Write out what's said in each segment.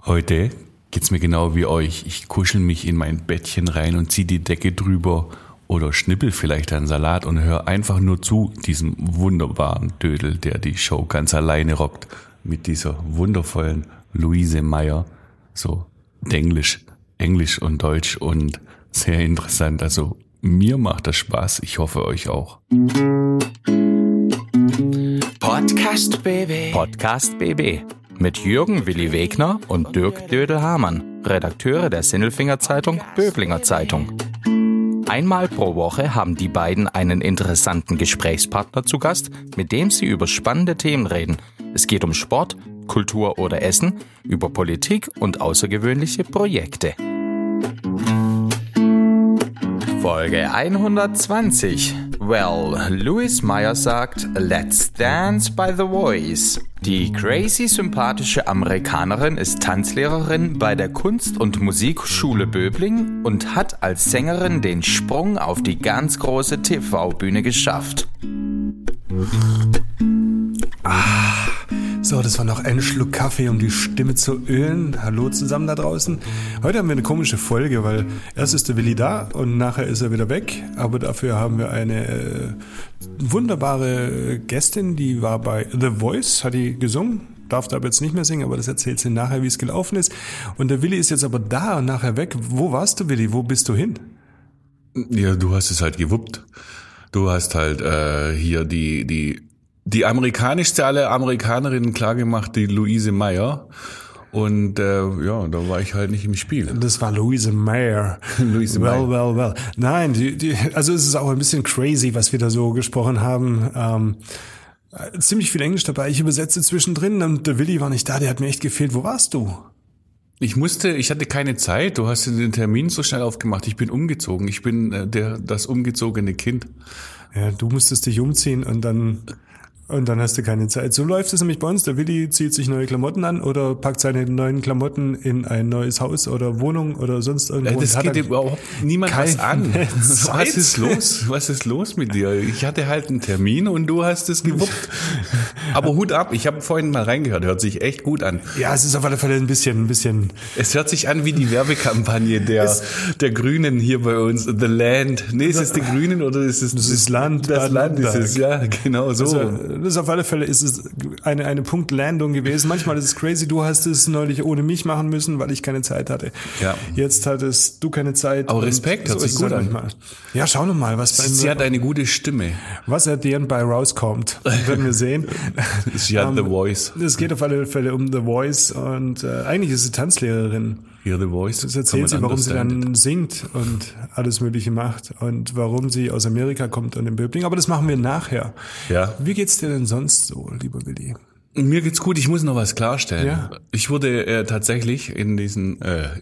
Heute geht's mir genau wie euch. Ich kuschel mich in mein Bettchen rein und zieh die Decke drüber oder schnippel vielleicht einen Salat und höre einfach nur zu diesem wunderbaren Dödel, der die Show ganz alleine rockt mit dieser wundervollen Luise Meyer. So Englisch und Deutsch und sehr interessant. Also mir macht das Spaß. Ich hoffe euch auch. Podcast BB mit Jürgen Willi Wegner und Dirk Dödel-Hamann, Redakteure der Sinnelfinger Zeitung Böblinger Zeitung. Einmal pro Woche haben die beiden einen interessanten Gesprächspartner zu Gast, mit dem sie über spannende Themen reden. Es geht um Sport, Kultur oder Essen, über Politik und außergewöhnliche Projekte. Folge 120. Well, Louise Meyer sagt, let's dance by the voice. Die crazy sympathische Amerikanerin ist Tanzlehrerin bei der Kunst- und Musikschule Böbling und hat als Sängerin den Sprung auf die ganz große TV-Bühne geschafft. So, das war noch ein Schluck Kaffee, um die Stimme zu ölen. Hallo zusammen da draußen. Heute haben wir eine komische Folge, weil erst ist der Willi da und nachher ist er wieder weg. Aber dafür haben wir eine wunderbare Gästin, die war bei The Voice, hat die gesungen. Darf da aber jetzt nicht mehr singen, aber das erzählt sie nachher, wie es gelaufen ist. Und der Willi ist jetzt aber da und nachher weg. Wo warst du, Willi? Wo bist du hin? Ja, du hast es halt gewuppt. Du hast halt hier die amerikanischste aller Amerikanerinnen klargemacht, die Luise Meyer. Und da war ich halt nicht im Spiel. Das war Louise Meyer. Louise Meyer. Well. Nein, also es ist auch ein bisschen crazy, was wir da so gesprochen haben. Ziemlich viel Englisch dabei. Ich übersetze zwischendrin und der Willi war nicht da, der hat mir echt gefehlt. Wo warst du? Ich hatte keine Zeit. Du hast den Termin so schnell aufgemacht. Ich bin umgezogen. Ich bin das umgezogene Kind. Ja, du musstest dich umziehen und dann hast du keine Zeit. So läuft es nämlich bei uns. Der Willi zieht sich neue Klamotten an oder packt seine neuen Klamotten in ein neues Haus oder Wohnung oder sonst irgendwo. Das geht überhaupt niemand was an. Zeit. Was ist los mit dir? Ich hatte halt einen Termin und du hast es gewuppt. Aber Hut ab, ich habe vorhin mal reingehört, hört sich echt gut an. Ja, es ist auf alle Fälle ein bisschen. Es hört sich an wie die Werbekampagne der Grünen hier bei uns. The Land. Nee, ist es die Grünen oder ist es das Land? Das Land ist es, ja, genau so. Also, das auf alle Fälle ist es eine Punktlandung gewesen. Manchmal ist es crazy. Du hast es neulich ohne mich machen müssen, weil ich keine Zeit hatte. Ja. Jetzt hattest du keine Zeit. Aber Respekt, hört sich gut an. Manchmal. Ja, schau noch mal, Sie hat eine gute Stimme. Was at the end bei rauskommt, werden wir sehen. Sie hat The Voice. Es geht auf alle Fälle um The Voice und eigentlich ist sie Tanzlehrerin. Hier The Voice. Das erzählt sie, warum sie dann singt und alles Mögliche macht und warum sie aus Amerika kommt und im Böbling. Aber das machen wir nachher. Ja. Wie geht's dir denn sonst so, lieber Willi? Mir geht's gut. Ich muss noch was klarstellen. Ja. Ich wurde tatsächlich in diesen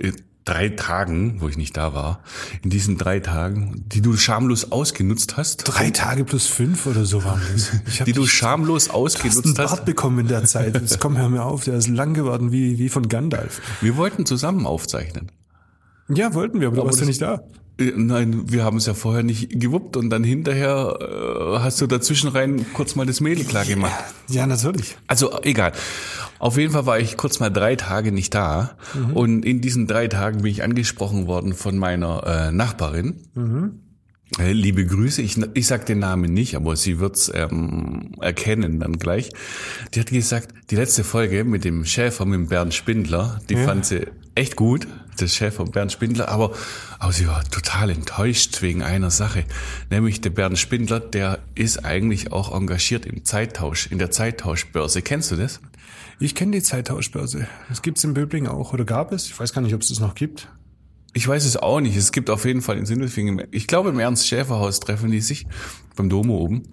3 Tagen, wo ich nicht da war, in diesen 3 Tagen, die du schamlos ausgenutzt hast. 3 Tage plus 5 oder so waren das. Die du schamlos ausgenutzt hast. Du hast einen Bart bekommen in der Zeit. Jetzt komm, hör mir auf, der ist lang geworden wie von Gandalf. Wir wollten zusammen aufzeichnen. Ja, wollten wir, aber du warst ja nicht da. Nein, wir haben es ja vorher nicht gewuppt und dann hinterher hast du dazwischen rein kurz mal das Mädel klar gemacht. Ja, natürlich. Also egal. Auf jeden Fall war ich kurz mal 3 Tage nicht da und in diesen 3 Tagen bin ich angesprochen worden von meiner Nachbarin. Liebe Grüße, ich sag den Namen nicht, aber sie wird's erkennen dann gleich. Die hat gesagt, die letzte Folge mit dem Schäfer, mit dem Bernd Spindler, die fand sie echt gut, das Schäfer Bernd Spindler, aber sie war total enttäuscht wegen einer Sache, nämlich der Bernd Spindler, der ist eigentlich auch engagiert im Zeittausch, in der Zeittauschbörse. Kennst du das? Ich kenne die Zeittauschbörse. Das gibt's in Böbling auch, oder gab es? Ich weiß gar nicht, ob es das noch gibt. Ich weiß es auch nicht. Es gibt auf jeden Fall in Sindelfingen, ich glaube im Ernst-Schäfer-Haus treffen die sich, beim Domo oben,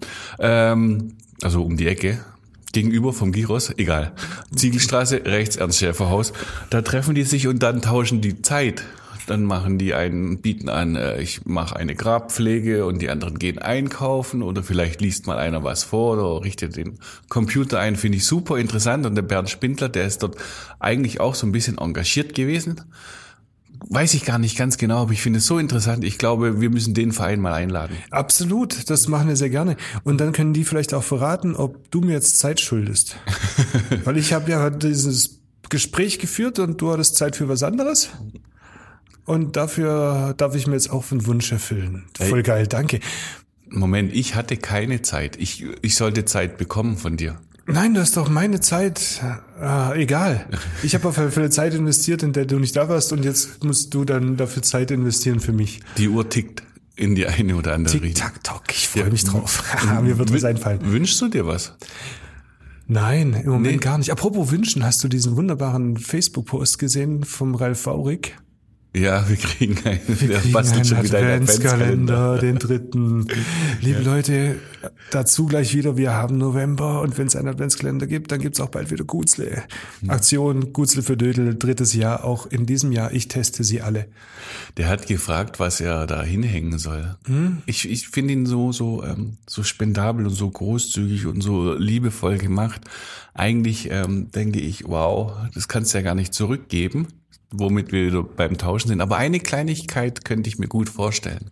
also um die Ecke, gegenüber vom Gyros, egal. Ziegelstraße, rechts Ernst-Schäfer-Haus, da treffen die sich und dann tauschen die Zeit. Dann bieten an, ich mache eine Grabpflege und die anderen gehen einkaufen oder vielleicht liest mal einer was vor oder richtet den Computer ein, finde ich super interessant. Und der Bernd Spindler, der ist dort eigentlich auch so ein bisschen engagiert gewesen. Weiß ich gar nicht ganz genau, aber ich finde es so interessant. Ich glaube, wir müssen den Verein mal einladen. Absolut, das machen wir sehr gerne. Und dann können die vielleicht auch verraten, ob du mir jetzt Zeit schuldest. Weil ich habe ja dieses Gespräch geführt und du hattest Zeit für was anderes. Und dafür darf ich mir jetzt auch einen Wunsch erfüllen. Voll geil, danke. Moment, ich hatte keine Zeit. Ich sollte Zeit bekommen von dir. Nein, du hast doch meine Zeit. Egal. Ich habe auf jeden Fall Zeit investiert, in der du nicht da warst und jetzt musst du dann dafür Zeit investieren für mich. Die Uhr tickt in die eine oder andere Richtung. Tick-Tack-Tock, ich freue mich drauf. Mir wird was einfallen. Wünschst du dir was? Nein, im Moment gar nicht. Apropos wünschen, hast du diesen wunderbaren Facebook-Post gesehen vom Ralf Vaurig? Ja, wir kriegen einen. Der bastelt schon wieder einen Adventskalender, den 3. Liebe Leute, dazu gleich wieder, wir haben November und wenn es einen Adventskalender gibt, dann gibt's auch bald wieder Gutzle. Aktion Gutzle für Dödel, 3. Jahr, auch in diesem Jahr. Ich teste sie alle. Der hat gefragt, was er da hinhängen soll. Ich finde ihn so spendabel und so großzügig und so liebevoll gemacht. Eigentlich denke ich, wow, das kannst du ja gar nicht zurückgeben, womit wir beim Tauschen sind. Aber eine Kleinigkeit könnte ich mir gut vorstellen.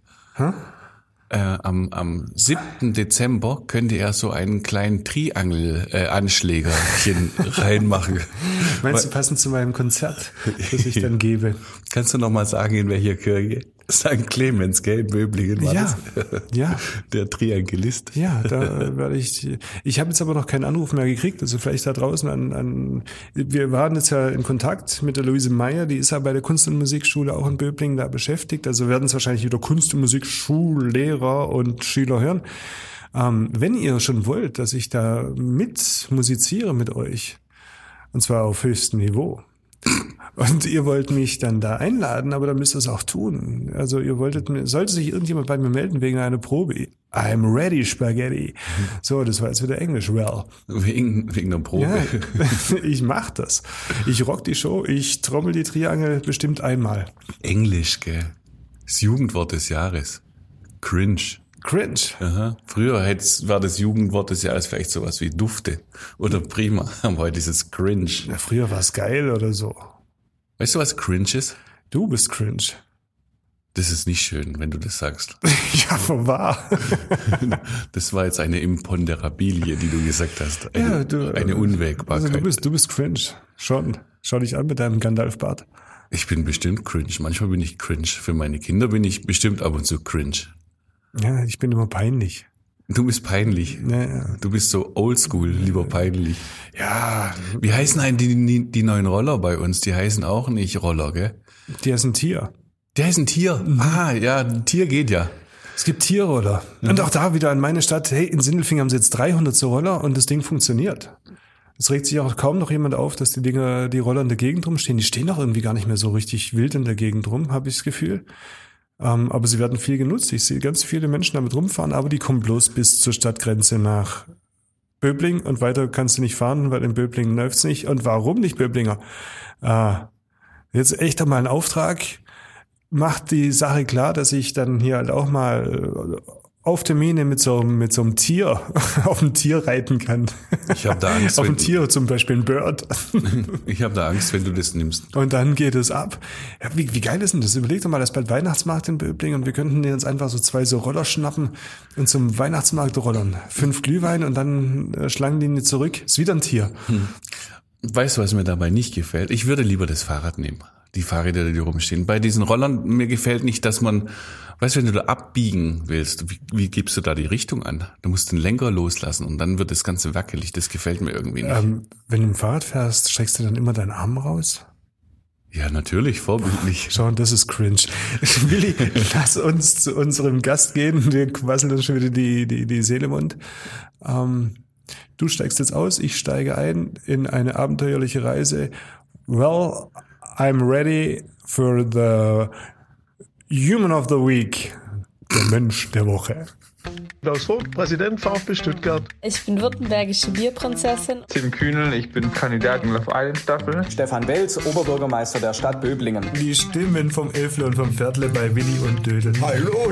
Am 7. Dezember könnte er so einen kleinen Triangel-Anschlägerchen reinmachen. Meinst du, passend zu meinem Konzert, das ich dann gebe? Kannst du noch mal sagen, in welcher Kirche? St. Clemens, gell, in Böblingen war das? Ja. Der Triangelist. Ja, da werde ich habe jetzt aber noch keinen Anruf mehr gekriegt, also vielleicht da draußen wir waren jetzt ja in Kontakt mit der Luise Meyer, die ist ja bei der Kunst- und Musikschule auch in Böblingen da beschäftigt, also werden es wahrscheinlich wieder Kunst- und Musikschullehrer und Schüler hören. Wenn ihr schon wollt, dass ich da mit musiziere mit euch, und zwar auf höchstem Niveau, und ihr wollt mich dann da einladen, aber dann müsst ihr es auch tun. Also sollte sich irgendjemand bei mir melden wegen einer Probe. I'm ready, Spaghetti. So, das war jetzt wieder Englisch. Well. Wegen der Probe. Ja, ich mach das. Ich rock die Show, ich trommel die Triangel bestimmt einmal. Englisch, gell? Das Jugendwort des Jahres. Cringe. Cringe. Aha. Früher war das Jugendwort des Jahres vielleicht sowas wie Dufte oder Prima. Aber heute ist es Cringe. Ja, früher war es geil oder so. Weißt du, was Cringe ist? Du bist cringe. Das ist nicht schön, wenn du das sagst. Ja, wahr. Das war jetzt eine Imponderabilie, die du gesagt hast. Eine Also Unwägbarkeit. du bist cringe. Schon. Schau dich an mit deinem Gandalf-Bart. Ich bin bestimmt cringe. Manchmal bin ich cringe. Für meine Kinder bin ich bestimmt ab und zu cringe. Ja, ich bin immer peinlich. Du bist peinlich. Ja. Du bist so oldschool, lieber peinlich. Ja. Wie heißen eigentlich die neuen Roller bei uns? Die heißen auch nicht Roller, gell? Der ist ein Tier. Der ist ein Tier. Ah, ja, ein Tier geht ja. Es gibt Tierroller. Ja. Und auch da wieder an meine Stadt, hey, in Sindelfingen haben sie jetzt 300 so Roller und das Ding funktioniert. Es regt sich auch kaum noch jemand auf, dass die Roller in der Gegend rumstehen. Die stehen auch irgendwie gar nicht mehr so richtig wild in der Gegend rum, habe ich das Gefühl. Aber sie werden viel genutzt. Ich sehe ganz viele Menschen damit rumfahren, aber die kommen bloß bis zur Stadtgrenze nach Böbling und weiter kannst du nicht fahren, weil in Böblingen läuft's nicht. Und warum nicht Böblinger? Jetzt echt einmal ein Auftrag. Macht die Sache klar, dass ich dann hier halt auch mal auf Termine mit so einem Tier, auf ein Tier reiten kann. Ich habe da Angst. Auf ein Tier, zum Beispiel ein Bird. Ich habe da Angst, wenn du das nimmst. Und dann geht es ab. Ja, wie geil ist denn das? Überleg doch mal, das ist bald Weihnachtsmarkt in Böblingen und wir könnten uns einfach so 2 so Roller schnappen und zum Weihnachtsmarkt rollern. 5 Glühwein und dann Schlangenlinie zurück. Ist wieder ein Tier. Weißt du, was mir dabei nicht gefällt? Ich würde lieber das Fahrrad nehmen. Die Fahrräder, die rumstehen. Bei diesen Rollern, mir gefällt nicht, dass man, weißt du, wenn du da abbiegen willst, wie gibst du da die Richtung an? Du musst den Lenker loslassen und dann wird das Ganze wackelig. Das gefällt mir irgendwie nicht. Wenn du im Fahrrad fährst, streckst du dann immer deinen Arm raus? Ja, natürlich, vorbildlich. Schau, das ist cringe. Willi, lass uns zu unserem Gast gehen. Wir quasseln uns schon wieder die Seele im Mund. Du steigst jetzt aus, ich steige ein in eine abenteuerliche Reise. Well, I'm ready for the Human of the Week. Der Mensch der Woche. Klaus Vogt, Präsident VfB Stuttgart. Ich bin württembergische Bierprinzessin. Tim Kühnel, ich bin Kandidat in Love Island Staffel. Stefan Welz, Oberbürgermeister der Stadt Böblingen. Die Stimmen vom Elfle und vom Pferdle bei Willi und Dödel. Hallo!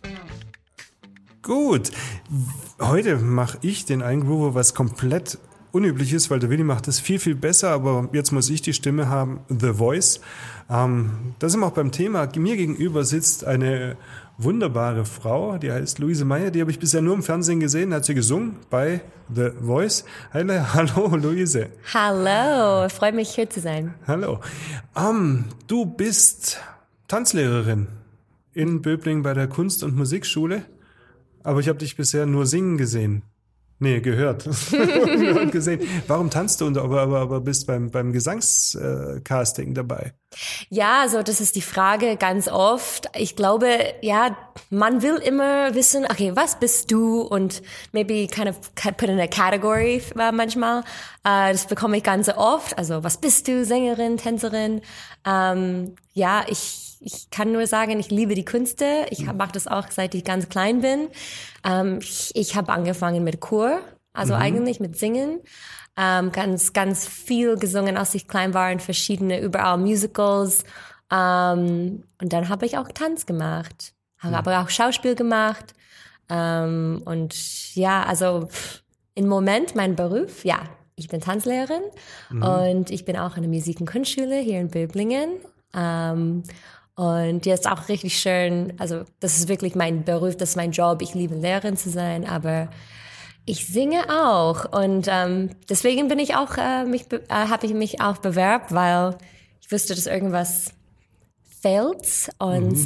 Gut, heute mache ich den Eingroover was komplett unüblich ist, weil der Willi macht das viel, viel besser, aber jetzt muss ich die Stimme haben, The Voice. Da sind wir auch beim Thema. Mir gegenüber sitzt eine wunderbare Frau, die heißt Luise Meyer, die habe ich bisher nur im Fernsehen gesehen, hat sie gesungen bei The Voice. Hallo Luise. Hallo, freue mich hier zu sein. Hallo. Du bist Tanzlehrerin in Böblingen bei der Kunst- und Musikschule, aber ich habe dich bisher nur singen gesehen. Nee, gehört. Und gesehen. Warum tanzt du aber bist beim Gesangscasting dabei? Ja, also das ist die Frage ganz oft. Ich glaube, ja, man will immer wissen, okay, was bist du? Und maybe kind of put in a category manchmal. Das bekomme ich ganz oft. Also, was bist du? Sängerin, Tänzerin? Ja, ich kann nur sagen, ich liebe die Künste. Ich mache das auch, seit ich ganz klein bin. Ich habe angefangen mit Chor, also eigentlich mit Singen. Ganz viel gesungen, als ich klein war, in verschiedene, überall Musicals. Und dann habe ich auch Tanz gemacht. Habe aber auch Schauspiel gemacht. Und ja, also im Moment mein Beruf, ja, ich bin Tanzlehrerin. Und ich bin auch in der Musik- und Kunstschule hier in Böblingen. Und jetzt auch richtig schön, also das ist wirklich mein Beruf, das ist mein Job. Ich liebe Lehrerin zu sein, aber ich singe auch. Und deswegen bin ich auch, habe ich mich auch bewerbt, weil ich wusste, dass irgendwas fehlt. Und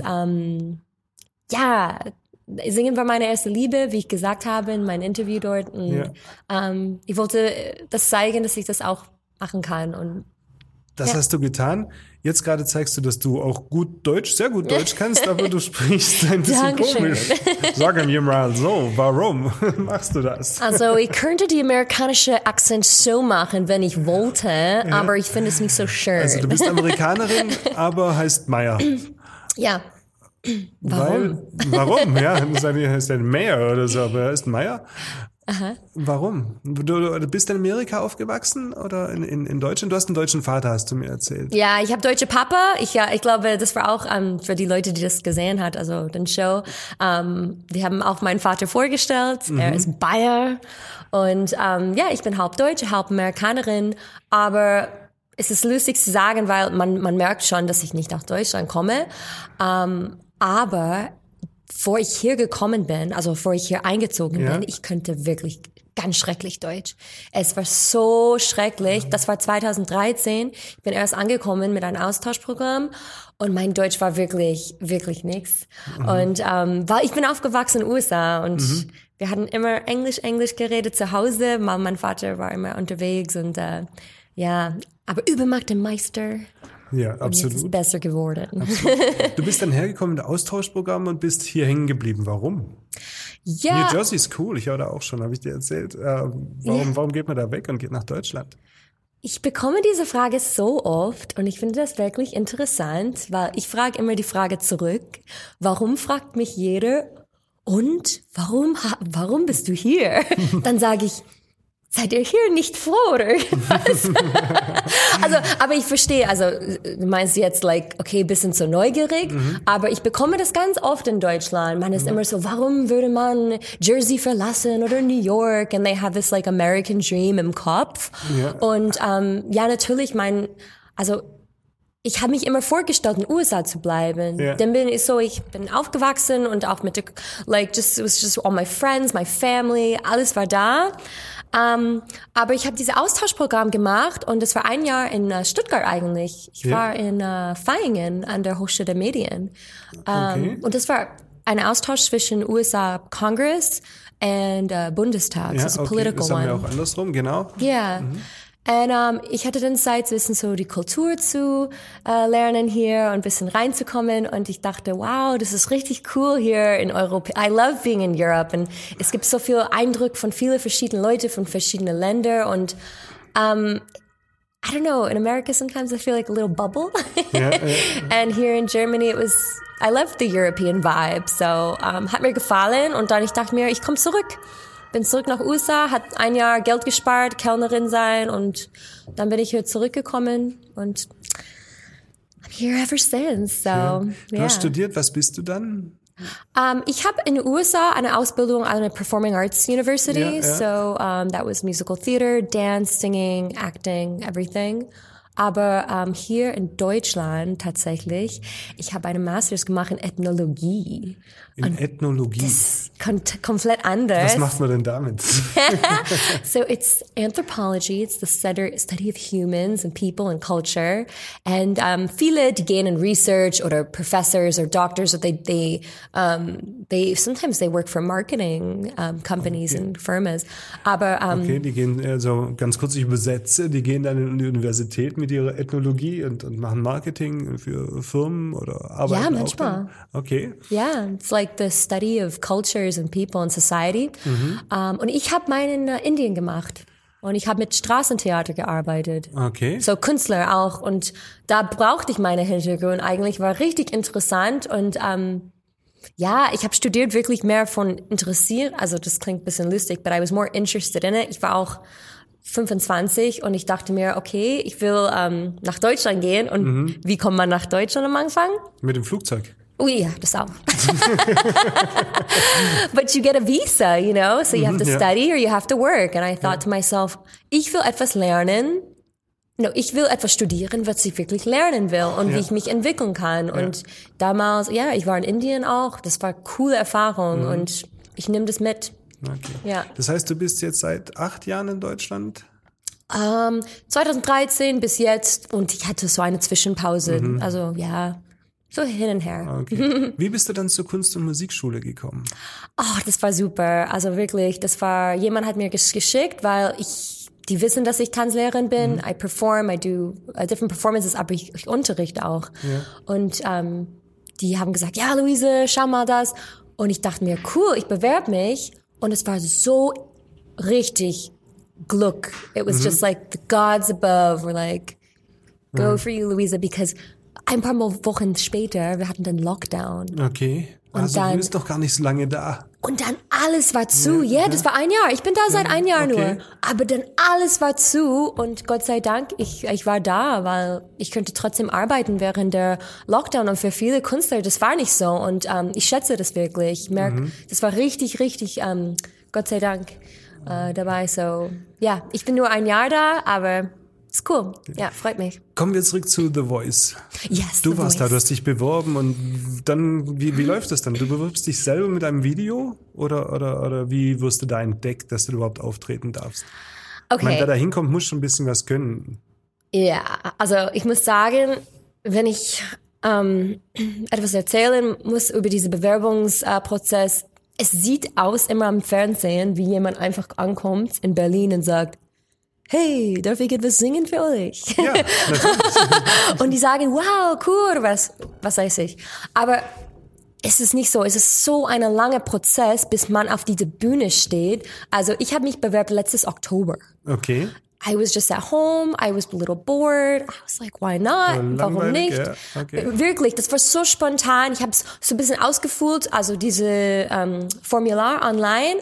ja, Singen war meine erste Liebe, wie ich gesagt habe in meinem Interview dort. Und ich wollte das zeigen, dass ich das auch machen kann. Und das hast du getan. Jetzt gerade zeigst du, dass du auch gut Deutsch, sehr gut Deutsch kannst, aber du sprichst ein bisschen Dankeschön. komisch. Sag mir mal so, warum machst du das? Also ich könnte die amerikanische Akzent so machen, wenn ich wollte, aber ich finde es nicht so schön. Also du bist Amerikanerin, aber heißt Meyer. Ja. Warum? Warum? Ja, das heißt ein Mayer oder so, aber er ist Meyer. Aha. Warum? Du bist in Amerika aufgewachsen oder in Deutschland? Du hast einen deutschen Vater, hast du mir erzählt. Ja, ich habe deutsche Papa. Ich glaube, das war auch für die Leute, die das gesehen hat, also den Show. Die haben auch meinen Vater vorgestellt. Er ist Bayer. Und ja, ich bin halb Deutsche, halb Amerikanerin. Aber es ist lustig zu sagen, weil man merkt schon, dass ich nicht nach Deutschland komme. Aber bevor ich hier gekommen bin, also bevor ich hier eingezogen bin, ich könnte wirklich ganz schrecklich Deutsch. Es war so schrecklich. Das war 2013. Ich bin erst angekommen mit einem Austauschprogramm und mein Deutsch war wirklich, wirklich nichts. Und weil ich bin aufgewachsen in den USA und wir hatten immer Englisch geredet zu Hause. Mein Vater war immer unterwegs und ja, aber Üben macht den Meister. Ja, absolut. Und jetzt ist es besser geworden. Absolut. Du bist dann hergekommen in das Austauschprogramm und bist hier hängen geblieben. Warum? Ja. New Jersey ist cool, ich war da auch schon, habe ich dir erzählt. Warum geht man da weg und geht nach Deutschland? Ich bekomme diese Frage so oft und ich finde das wirklich interessant, weil ich frage immer die Frage zurück. Warum fragt mich jeder, und warum bist du hier? Dann sage ich, seid ihr hier nicht froh oder was? Also, aber ich verstehe, also du meinst jetzt okay, bisschen so neugierig, aber ich bekomme das ganz oft in Deutschland. Man ist immer so, warum würde man Jersey verlassen oder New York? And they have this American dream im Kopf. Ja. Und ja, natürlich, ich habe mich immer vorgestellt, in den USA zu bleiben. Yeah. Dann ich bin aufgewachsen und auch mit it was just all my friends, my family, alles war da. Aber ich habe dieses Austauschprogramm gemacht und es war ein Jahr in Stuttgart eigentlich. Ich war in Vaihingen an der Hochschule der Medien. Okay. Und das war ein Austausch zwischen USA Congress und Bundestag. Ja, so political das haben wir auch andersrum, genau. Ja. Und ich hatte dann Zeit, so ein bisschen so die Kultur zu lernen hier und ein bisschen reinzukommen. Und ich dachte, wow, das ist richtig cool hier in Europa. I love being in Europe. Und es gibt so viel Eindruck von vielen verschiedenen Leuten, von verschiedenen Ländern. Und I don't know, in America sometimes I feel like a little bubble. And here in Germany I loved the European vibe. So hat mir gefallen. Und dann ich dachte mir, ich komme zurück. Bin zurück nach USA, hat ein Jahr Geld gespart, Kellnerin sein und dann bin ich hier zurückgekommen und I'm here ever since. So, Du hast studiert, was bist du dann? Ich habe in den USA eine Ausbildung an einer Performing Arts University. So that was musical theater, dance, singing, acting, everything. Aber hier in Deutschland tatsächlich, ich habe eine Masters gemacht in Ethnologie. In Ethnologie? Das ist komplett anders. Was macht man denn damit? So it's anthropology. It's the study of humans and people and culture. And viele, die gehen in Research oder Professors or Doctors, or they sometimes they work for marketing companies and firmas. Aber okay, die gehen, also ganz kurz, ich übersetze, die gehen dann in die Universität mit ihrer Ethnologie und machen Marketing für Firmen oder arbeiten. Ja, manchmal. Okay. Yeah, it's like the study of cultures and people and society. Und ich habe meinen in Indien gemacht. Und ich habe mit Straßentheater gearbeitet. Okay. So Künstler auch. Und da brauchte ich meine Hintergrund eigentlich. War richtig interessant. Und ja, ich habe studiert wirklich mehr von interessiert. Also das klingt ein bisschen lustig, but I was more interested in it. Ich war auch 25 und ich dachte mir, okay, ich will nach Deutschland gehen. Und wie kommt man nach Deutschland am Anfang? Mit dem Flugzeug. Oh yeah, das auch. But you get a visa, you know, so you have to study or you have to work. And I thought to myself, ich will etwas lernen. No, ich will etwas studieren, was ich wirklich lernen will und wie ich mich entwickeln kann. Und damals, ich war in Indien auch. Das war eine coole Erfahrung und ich nehme das mit. Okay. Ja. Das heißt, du bist jetzt seit 8 Jahren in Deutschland? 2013 bis jetzt und ich hatte so eine Zwischenpause. Also ja, so hin und her. Okay. Wie bist du dann zur Kunst- und Musikschule gekommen? Oh, das war super. Also wirklich, jemand hat mir geschickt, weil die wissen, dass ich Tanzlehrerin bin. I perform, I do different performances, aber ich unterrichte auch. Ja. Und die haben gesagt, ja, Luise, schau mal das. Und ich dachte mir, cool, ich bewerbe mich. Und es war so richtig Glück. It was just like the gods above were like, go for you, Luisa, because ein paar Wochen später, wir hatten den Lockdown. Okay. Und also dann, du bist doch gar nicht so lange da. Und dann alles war zu. Ja, das war ein Jahr. Ich bin da seit ein Jahr nur. Aber dann alles war zu und Gott sei Dank, ich war da, weil ich könnte trotzdem arbeiten während der Lockdown und für viele Künstler, das war nicht so und ich schätze das wirklich. Ich merke, das war richtig, richtig, Gott sei Dank dabei. So, ja, ich bin nur ein Jahr da, aber ist cool. Ja, freut mich. Kommen wir zurück zu The Voice. Yes, du warst da, du hast dich beworben und dann, wie läuft das dann? Du bewirbst dich selber mit einem Video oder wie wirst du da entdeckt, dass du überhaupt auftreten darfst? Okay. Ich meine, wer da hinkommt, muss schon ein bisschen was können. Ja, also ich muss sagen, wenn ich etwas erzählen muss über diesen Bewerbungsprozess, es sieht aus immer am Fernsehen, wie jemand einfach ankommt in Berlin und sagt, hey, darf ich etwas singen für euch? Ja, natürlich. Und die sagen, wow, cool, was weiß ich. Aber es ist nicht so. Es ist so ein langer Prozess, bis man auf dieser Bühne steht. Also ich habe mich beworben letztes Oktober. Okay. I was just at home, I was a little bored. I was like, why not? Warum nicht? Ja. Okay. Wirklich, das war so spontan. Ich habe es so ein bisschen ausgefüllt, also diese Formular online.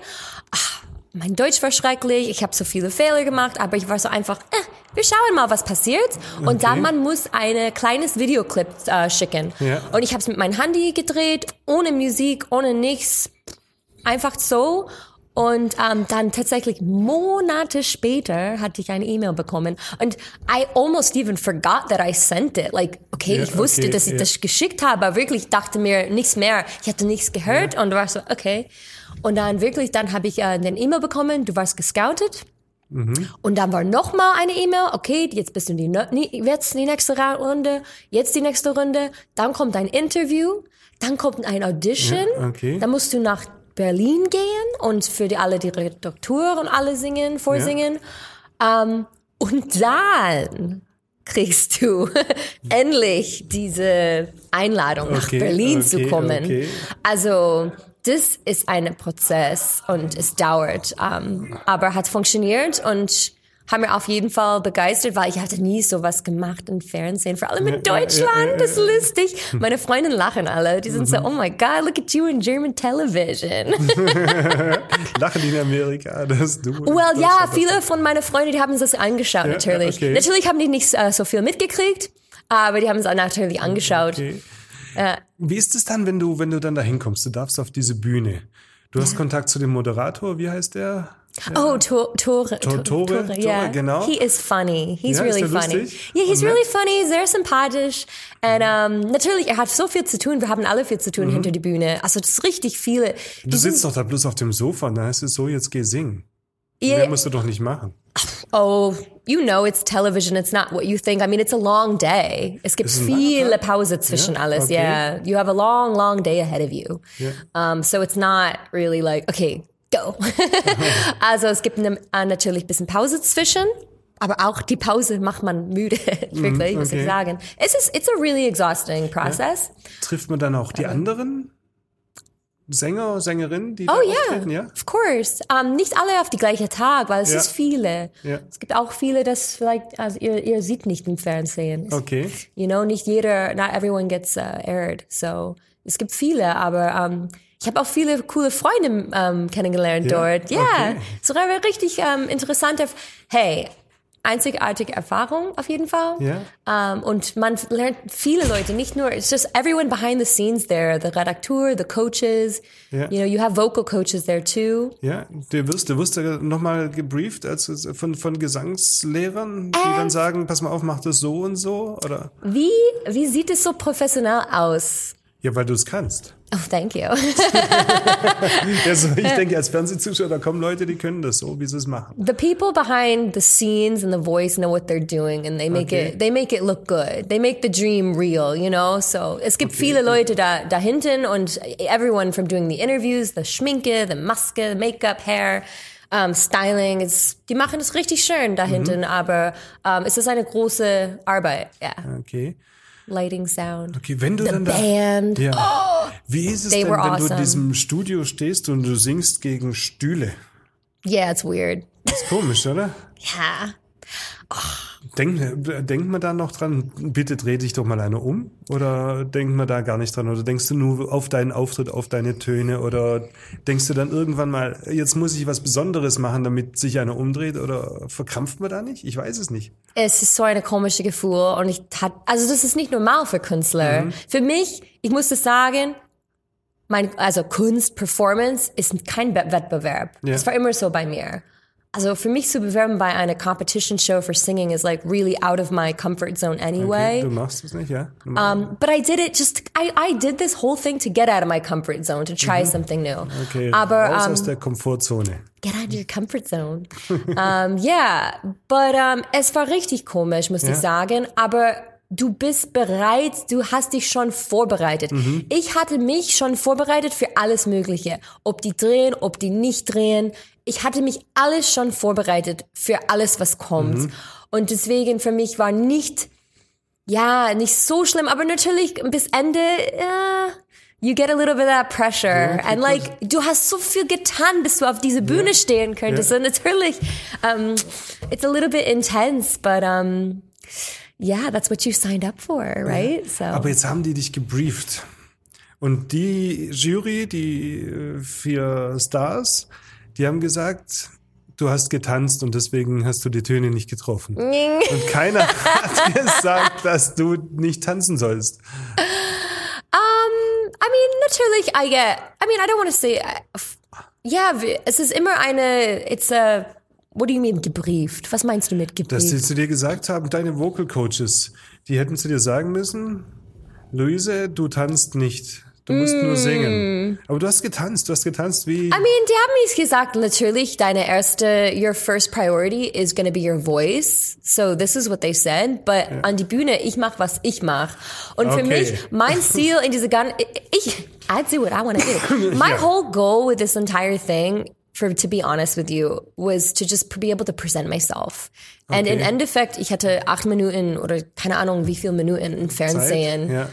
Mein Deutsch war schrecklich, ich habe so viele Fehler gemacht, aber ich war so einfach, wir schauen mal, was passiert. Und dann man muss ein kleines Videoclip schicken. Ja. Und ich habe es mit meinem Handy gedreht, ohne Musik, ohne nichts, einfach so. Und dann tatsächlich Monate später hatte ich eine E-Mail bekommen. Und I almost even forgot that I sent it. Like, okay, ich wusste, dass ich das geschickt habe, aber wirklich dachte mir nichts mehr. Ich hatte nichts gehört und war so, okay. Und dann wirklich, dann habe ich den E-Mail bekommen, du warst gescoutet. Und dann war noch mal eine E-Mail, okay, jetzt bist du jetzt die nächste Runde, jetzt die nächste Runde. Dann kommt ein Interview, dann kommt ein Audition. Ja, okay. Dann musst du nach Berlin gehen und für alle die Redakteure und alle vorsingen. Ja. Und dann kriegst du endlich diese Einladung nach Berlin zu kommen. Okay. Also das ist ein Prozess und es dauert, aber hat funktioniert und haben wir auf jeden Fall begeistert, weil ich hatte nie sowas gemacht im Fernsehen, vor allem in Deutschland, das ist lustig. Meine Freunde lachen alle, die sind so, oh my God, look at you in German television. Lachen die in Amerika, dass du... Well, ja, viele von meinen Freunden, die haben das angeschaut, natürlich. Okay. Natürlich haben die nicht so viel mitgekriegt, aber die haben es natürlich angeschaut. Okay. Wie ist es dann, wenn du dann da hinkommst? Du darfst auf diese Bühne. Du hast Kontakt zu dem Moderator, wie heißt der? Oh, Tore, yeah. Genau. He is funny. He's Ja, really ist der funny. lustig? Yeah, he's Und really nett? funny, sehr sympathisch. Und natürlich, er hat so viel zu tun. Wir haben alle viel zu tun hinter die Bühne. Also das ist richtig viele. Du sitzt doch da bloß auf dem Sofa und dann heißt es so, jetzt geh singen. Yeah. Mehr musst du doch nicht machen. Oh, you know, it's television. It's not what you think. I mean, it's a long day. Es gibt Ist ein viele langer Tag? Pause zwischen Ja, alles. okay. Yeah, you have a long, long day ahead of you. Ja. So it's not really like, okay, go. Also es gibt natürlich ein bisschen Pause zwischen. Aber auch die Pause macht man müde, wirklich, muss ich okay. sagen. It's a really exhausting process. Trifft man dann auch die anderen Sänger, Sängerinnen, die da Oh ja, auftreten? Ja, of course. Nicht alle auf die gleiche Tag, weil es Ja. ist viele. Ja. Es gibt auch viele, das vielleicht, also ihr seht nicht im Fernsehen. Okay. You know, nicht jeder, not everyone gets aired. So, es gibt viele, aber ich habe auch viele coole Freunde kennengelernt Ja? dort. Ja, Okay. es war richtig interessante, hey, einzigartige Erfahrung auf jeden Fall. Ja. Und man lernt viele Leute, nicht nur, it's just everyone behind the scenes there, the Redakteur, the coaches, Ja. you know, you have vocal coaches there too. Ja, du wirst nochmal gebrieft von Gesangslehrern, die dann sagen, pass mal auf, mach das so und so, oder? Wie sieht es so professionell aus? Ja, weil du es kannst. Oh, thank you. Also ich denke, als Fernsehzuschauer, da kommen Leute, die können das so, wie sie es machen. The people behind the scenes and the voice know what they're doing, and they make it look good. They make the dream real, you know. So es gibt viele Leute da hinten und everyone from doing the interviews, the Schminke, the Maske, Make-up, Hair, Styling. Die machen es richtig schön da hinten, aber es ist eine große Arbeit. Ja, Okay. Lighting, Sound. Okay, wenn du The dann band. Ja. Wie ist es They denn, were wenn du awesome. in diesem Studio stehst und du singst gegen Stühle? Yeah, it's weird. Das ist komisch, oder? Ja. Denkt man da noch dran, bitte dreh dich doch mal einer um? Oder denkt man da gar nicht dran? Oder denkst du nur auf deinen Auftritt, auf deine Töne? Oder denkst du dann irgendwann mal, jetzt muss ich was Besonderes machen, damit sich einer umdreht? Oder verkrampft man da nicht? Ich weiß es nicht. Es ist so eine komische Gefühl und also das ist nicht normal für Künstler. Für mich, ich muss das sagen, Kunst, Performance ist kein Wettbewerb. Ja. Das war immer so bei mir. Also für mich zu bewerben bei einer Competition Show for singing is like really out of my comfort zone anyway. Okay, du machst es nicht, ja? But I did it I did this whole thing to get out of my comfort zone, to try something new. Okay, Aber raus aus der Komfortzone. get out of your comfort zone. Es war richtig komisch, muss ich sagen, aber du bist bereit, du hast dich schon vorbereitet. Ich hatte mich schon vorbereitet für alles Mögliche. Ob die drehen, ob die nicht drehen. Ich hatte mich alles schon vorbereitet für alles, was kommt. Und deswegen für mich war nicht so schlimm, aber natürlich bis Ende, you get a little bit of that pressure. Okay, And like, du hast so viel getan, bis du auf diese Bühne stehen könntest. Und natürlich, it's a little bit intense, but that's what you signed up for, right? So. Aber jetzt haben die dich gebrieft. Und die Jury, die 4 Stars, die haben gesagt, du hast getanzt und deswegen hast du die Töne nicht getroffen. Und keiner hat gesagt, dass du nicht tanzen sollst. Natürlich, I don't want to say, es ist immer what do you mean gebrieft? Was meinst du mit Dass sie gebrieft? zu dir gesagt haben, deine Vocal Coaches, die hätten zu dir sagen müssen, Luise, du tanzt nicht. Du musst nur singen. Aber du hast getanzt wie... Die haben nicht gesagt, natürlich, your first priority is going to be your voice. So this is what they said. But an die Bühne, ich mach, was ich mach. Und für mich, mein Ziel in diese ganze, I do what I want to do. My whole goal with this entire thing, to be honest with you, was to just be able to present myself. And im Endeffekt, ich hatte 8 Minuten oder keine Ahnung, wie viele Minuten im Fernsehen. Ja.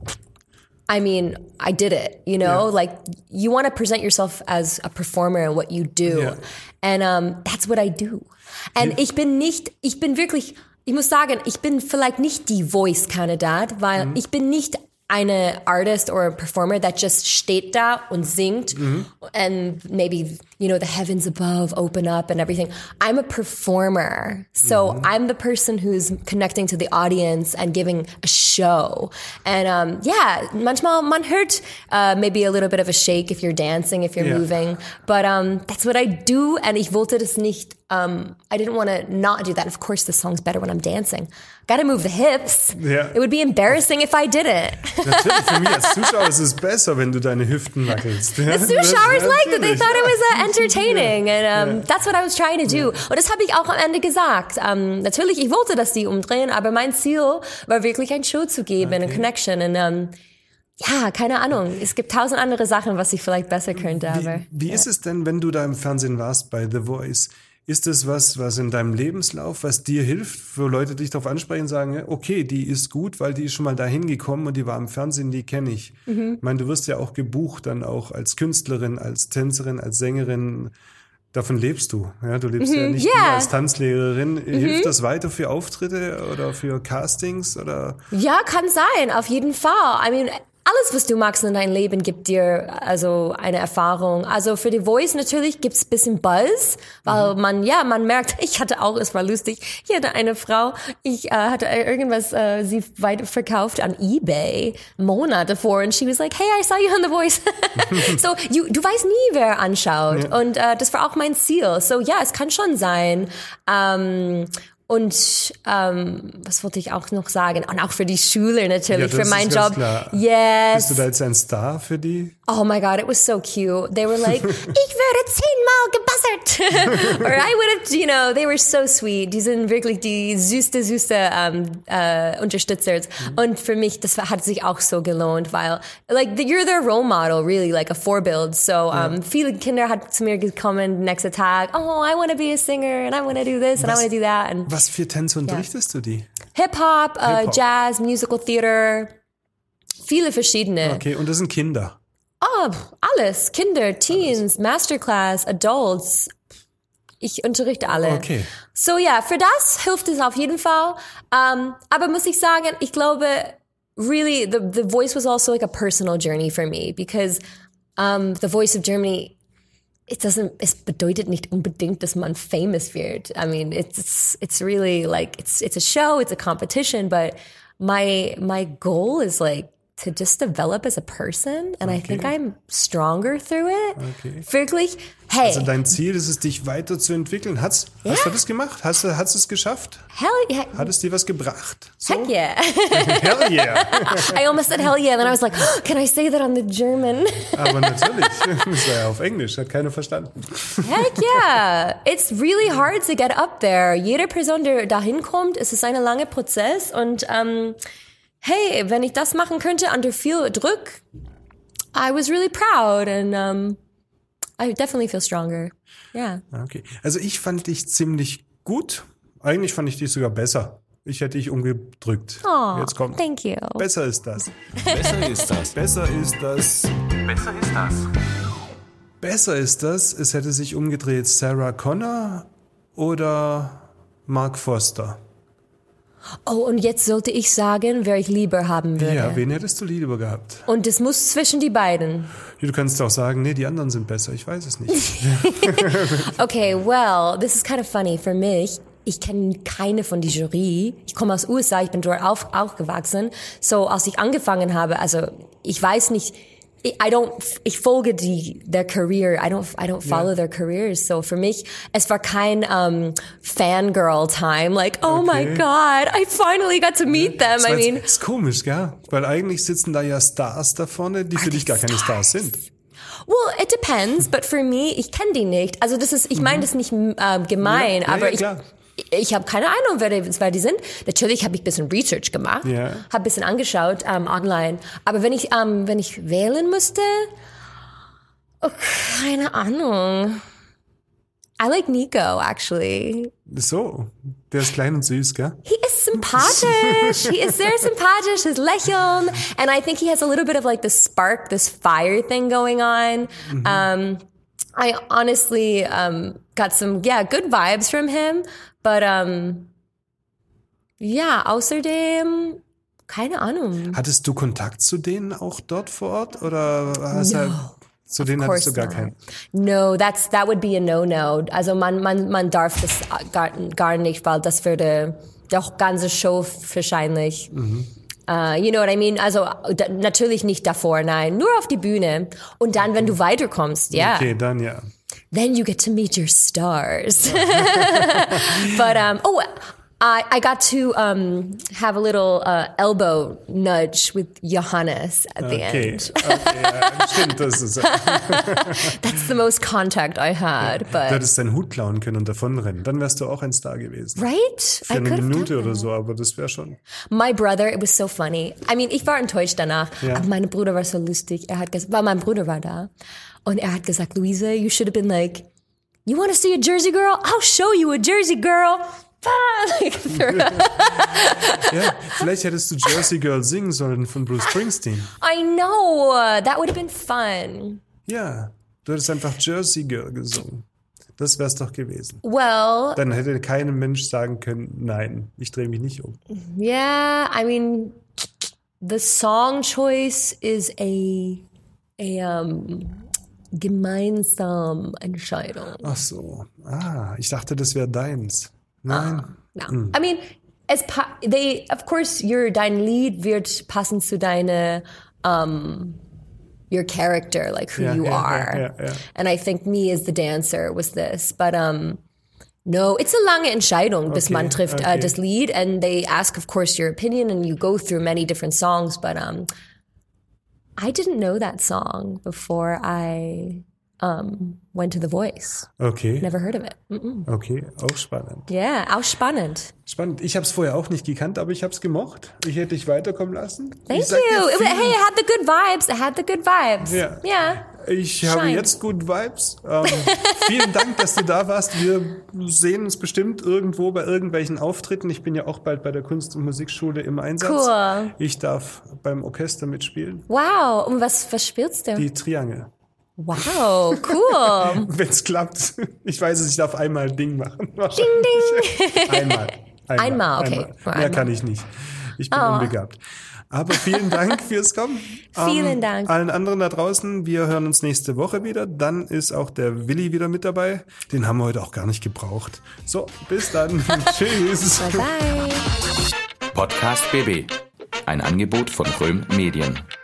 I did it, you know, like you want to present yourself as a performer and what you do. Ja. And that's what I do. And ich bin wirklich, ich muss sagen, ich bin vielleicht nicht die Voice-Kandidat, weil ich bin nicht eine Artist or a performer that just steht da und singt and maybe, you know, the heavens above open up and everything. I'm a performer. So I'm the person who's connecting to the audience and giving a show. And yeah, manchmal man hört maybe a little bit of a shake if you're dancing, if you're moving. But that's what I do, and ich wollte das nicht, I didn't want to not do that. Of course, the song's better when I'm dancing. Gotta move the hips. Ja. It would be embarrassing if I didn't. Natürlich, für mich als Zuschauer ist es besser, wenn du deine Hüften wackelst. The Zuschauers liked it. They thought it was entertaining. And that's what I was trying to do. Und das habe ich auch am Ende gesagt. Natürlich, ich wollte, dass die umdrehen, aber mein Ziel war wirklich ein Show zu geben, eine Connection. Und ja, keine Ahnung. Es gibt 1000 andere Sachen, was ich vielleicht besser könnte. Aber Wie ist es denn, wenn du da im Fernsehen warst bei The Voice? Ist es was in deinem Lebenslauf, was dir hilft, wo Leute dich darauf ansprechen und sagen, okay, die ist gut, weil die ist schon mal dahin gekommen und die war im Fernsehen, die kenne ich. Ich meine, du wirst ja auch gebucht dann auch als Künstlerin, als Tänzerin, als Sängerin. Davon lebst du. Ja, du lebst ja nicht nur als Tanzlehrerin. Hilft das weiter für Auftritte oder für Castings oder? Ja, kann sein, auf jeden Fall. I mean, alles, was du magst in deinem Leben, gibt dir also eine Erfahrung. Also für die Voice natürlich gibt's ein bisschen Buzz, weil man merkt, ich hatte auch, es war lustig, ich hatte eine Frau, ich hatte irgendwas, sie weit verkauft an eBay Monate vor, und she was like, hey, I saw you on The Voice. So, du weißt nie, wer anschaut. Ja. Und das war auch mein Ziel. So, ja, es kann schon sein. Und was wollte ich auch noch sagen? Und auch für die Schule natürlich, für meinen Job. Klar. Yes. Bist du da jetzt ein Star für die? Oh my God, it was so cute. They were like, ich würde 10-mal gebuzzert. Or I would have, you know, they were so sweet. Die sind wirklich die süße Unterstützer. Und für mich, das hat sich auch so gelohnt, weil, like, you're their role model, really, like a Vorbild. So, viele Kinder hat zu mir gekommen, nächsten Tag, oh, I want to be a singer, and I want to do this, and I want to do that. And was für Tänze unterrichtest du die? Hip-Hop, Jazz, Musical Theater, viele verschiedene. Okay, und das sind Kinder? Oh, alles. Kinder, Teens, Masterclass, Adults. Ich unterrichte alle. Okay. So ja, für das hilft es auf jeden Fall. Aber muss ich sagen, ich glaube, really, the Voice was also like a personal journey for me, because the Voice of Germany, es bedeutet nicht unbedingt, dass man famous wird. I mean, it's really like, it's a show, it's a competition, but my goal is like to just develop as a person, and I think I'm stronger through it. Okay. Wirklich, hey. Also dein Ziel ist es, dich weiterzuentwickeln. Hast du das gemacht? Hast du es geschafft? Hell yeah. Hat es dir was gebracht? So? Heck yeah. Hell yeah. I almost said hell yeah, and then I was like, oh, can I say that on the German? Aber natürlich, das war ja auf Englisch, hat keiner verstanden. Heck yeah. It's really hard to get up there. Jede Person, der dahin kommt, es ist ein langer Prozess, und hey, wenn ich das machen könnte unter viel Druck, I was really proud, and I definitely feel stronger. Yeah. Okay. Also ich fand dich ziemlich gut. Eigentlich fand ich dich sogar besser. Ich hätte dich umgedrückt. Oh, jetzt kommt. Thank you. Besser ist das. Besser ist das. Besser ist das. Besser ist das. Besser ist das, es hätte sich umgedreht Sarah Connor oder Mark Foster. Oh, und jetzt sollte ich sagen, wer ich lieber haben würde. Ja, wen hättest du lieber gehabt? Und es muss zwischen die beiden. Ja, du kannst auch sagen, nee, die anderen sind besser. Ich weiß es nicht. Okay, well, this is kind of funny. Für mich, ich kenne keine von der Jury. Ich komme aus USA, ich bin dort aufgewachsen. So, als ich angefangen habe, also ich weiß nicht, ich folge their career. I don't follow their careers. So für mich, es war kein Fangirl time. Like, oh my God, I finally got to meet them. I mean, ist komisch, gell? Weil eigentlich sitzen da ja Stars da vorne, die für dich gar keine Stars sind. Well, it depends. But for me, ich kenne die nicht. Also das ist, ich meine das nicht gemein, aber ich habe keine Ahnung, wer die sind. Natürlich habe ich ein bisschen Research gemacht, habe ein bisschen angeschaut online. Aber wenn ich wählen müsste, keine Ahnung. I like Nico, actually. So, der ist klein und süß, gell? He is sympathisch. He is very sympathisch. His Lächeln. And I think he has a little bit of like this spark, this fire thing going on. I honestly got some, good vibes from him. But, außerdem keine Ahnung. Hattest du Kontakt zu denen auch dort vor Ort? Oder hast zu denen hattest du gar keinen? No, that would be a no-no. Also man darf das gar nicht, weil das würde doch ganze Show wahrscheinlich. You know what I mean? Also natürlich nicht davor, nein, nur auf die Bühne. Und dann, wenn du weiterkommst, ja. Okay, dann ja. Then you get to meet your stars. But I got to have a little elbow nudge with Johannes at the end. Okay, ja, stimmt, das ist That's the most contact I had. But du hättest deinen Hut klauen können und davonrennen. Dann wärst du auch ein Star gewesen. right? Für eine Minute oder so, aber das wäre schon. My brother, it was so funny. I mean, ich war enttäuscht danach, aber mein Bruder war so lustig. Er hat gesagt, weil mein Bruder war da und er hat gesagt, Luisa, you should have been like, you want to see a Jersey girl? I'll show you a Jersey girl. Ja, vielleicht hättest du Jersey Girl singen sollen von Bruce Springsteen. I know, that would have been fun. Ja, du hättest einfach Jersey Girl gesungen. Das wär's doch gewesen. Well, Dann hätte keinem Mensch sagen können, nein, ich drehe mich nicht um. yeah, I mean, the song choice is a gemeinsame Entscheidung. Ach so. Ich dachte, das wäre deins. Nein. No. I mean, of course, dein Lied wird passen zu deine, your character, like who you are. Yeah. And I think me as the dancer was this. But, no, it's a lange Entscheidung, bis man trifft das Lied. And they ask, of course, your opinion and you go through many different songs. But, I didn't know that song before I went to The Voice. Okay. Never heard of it. Okay, auch spannend. Yeah, auch spannend. Spannend. Ich habe es vorher auch nicht gekannt, aber ich habe es gemocht. Ich hätte dich weiterkommen lassen. Thank you. Hey, it had the good vibes. It had the good vibes. Ja. Yeah. Ich habe jetzt gut Vibes. Vielen Dank, dass du da warst. Wir sehen uns bestimmt irgendwo bei irgendwelchen Auftritten. Ich bin ja auch bald bei der Kunst- und Musikschule im Einsatz. Cool. Ich darf beim Orchester mitspielen. Wow. Und was spielst du? Die Triangel. Wow, cool. Wenn's klappt. Ich weiß es, ich darf einmal Ding machen. Ding, ding. Einmal, okay. Mehr kann ich nicht. Ich bin unbegabt. Aber vielen Dank fürs Kommen. Vielen Dank. Allen anderen da draußen, wir hören uns nächste Woche wieder. Dann ist auch der Willi wieder mit dabei. Den haben wir heute auch gar nicht gebraucht. So, bis dann. Tschüss. Bye bye. Podcast BB. Ein Angebot von Röhm Medien.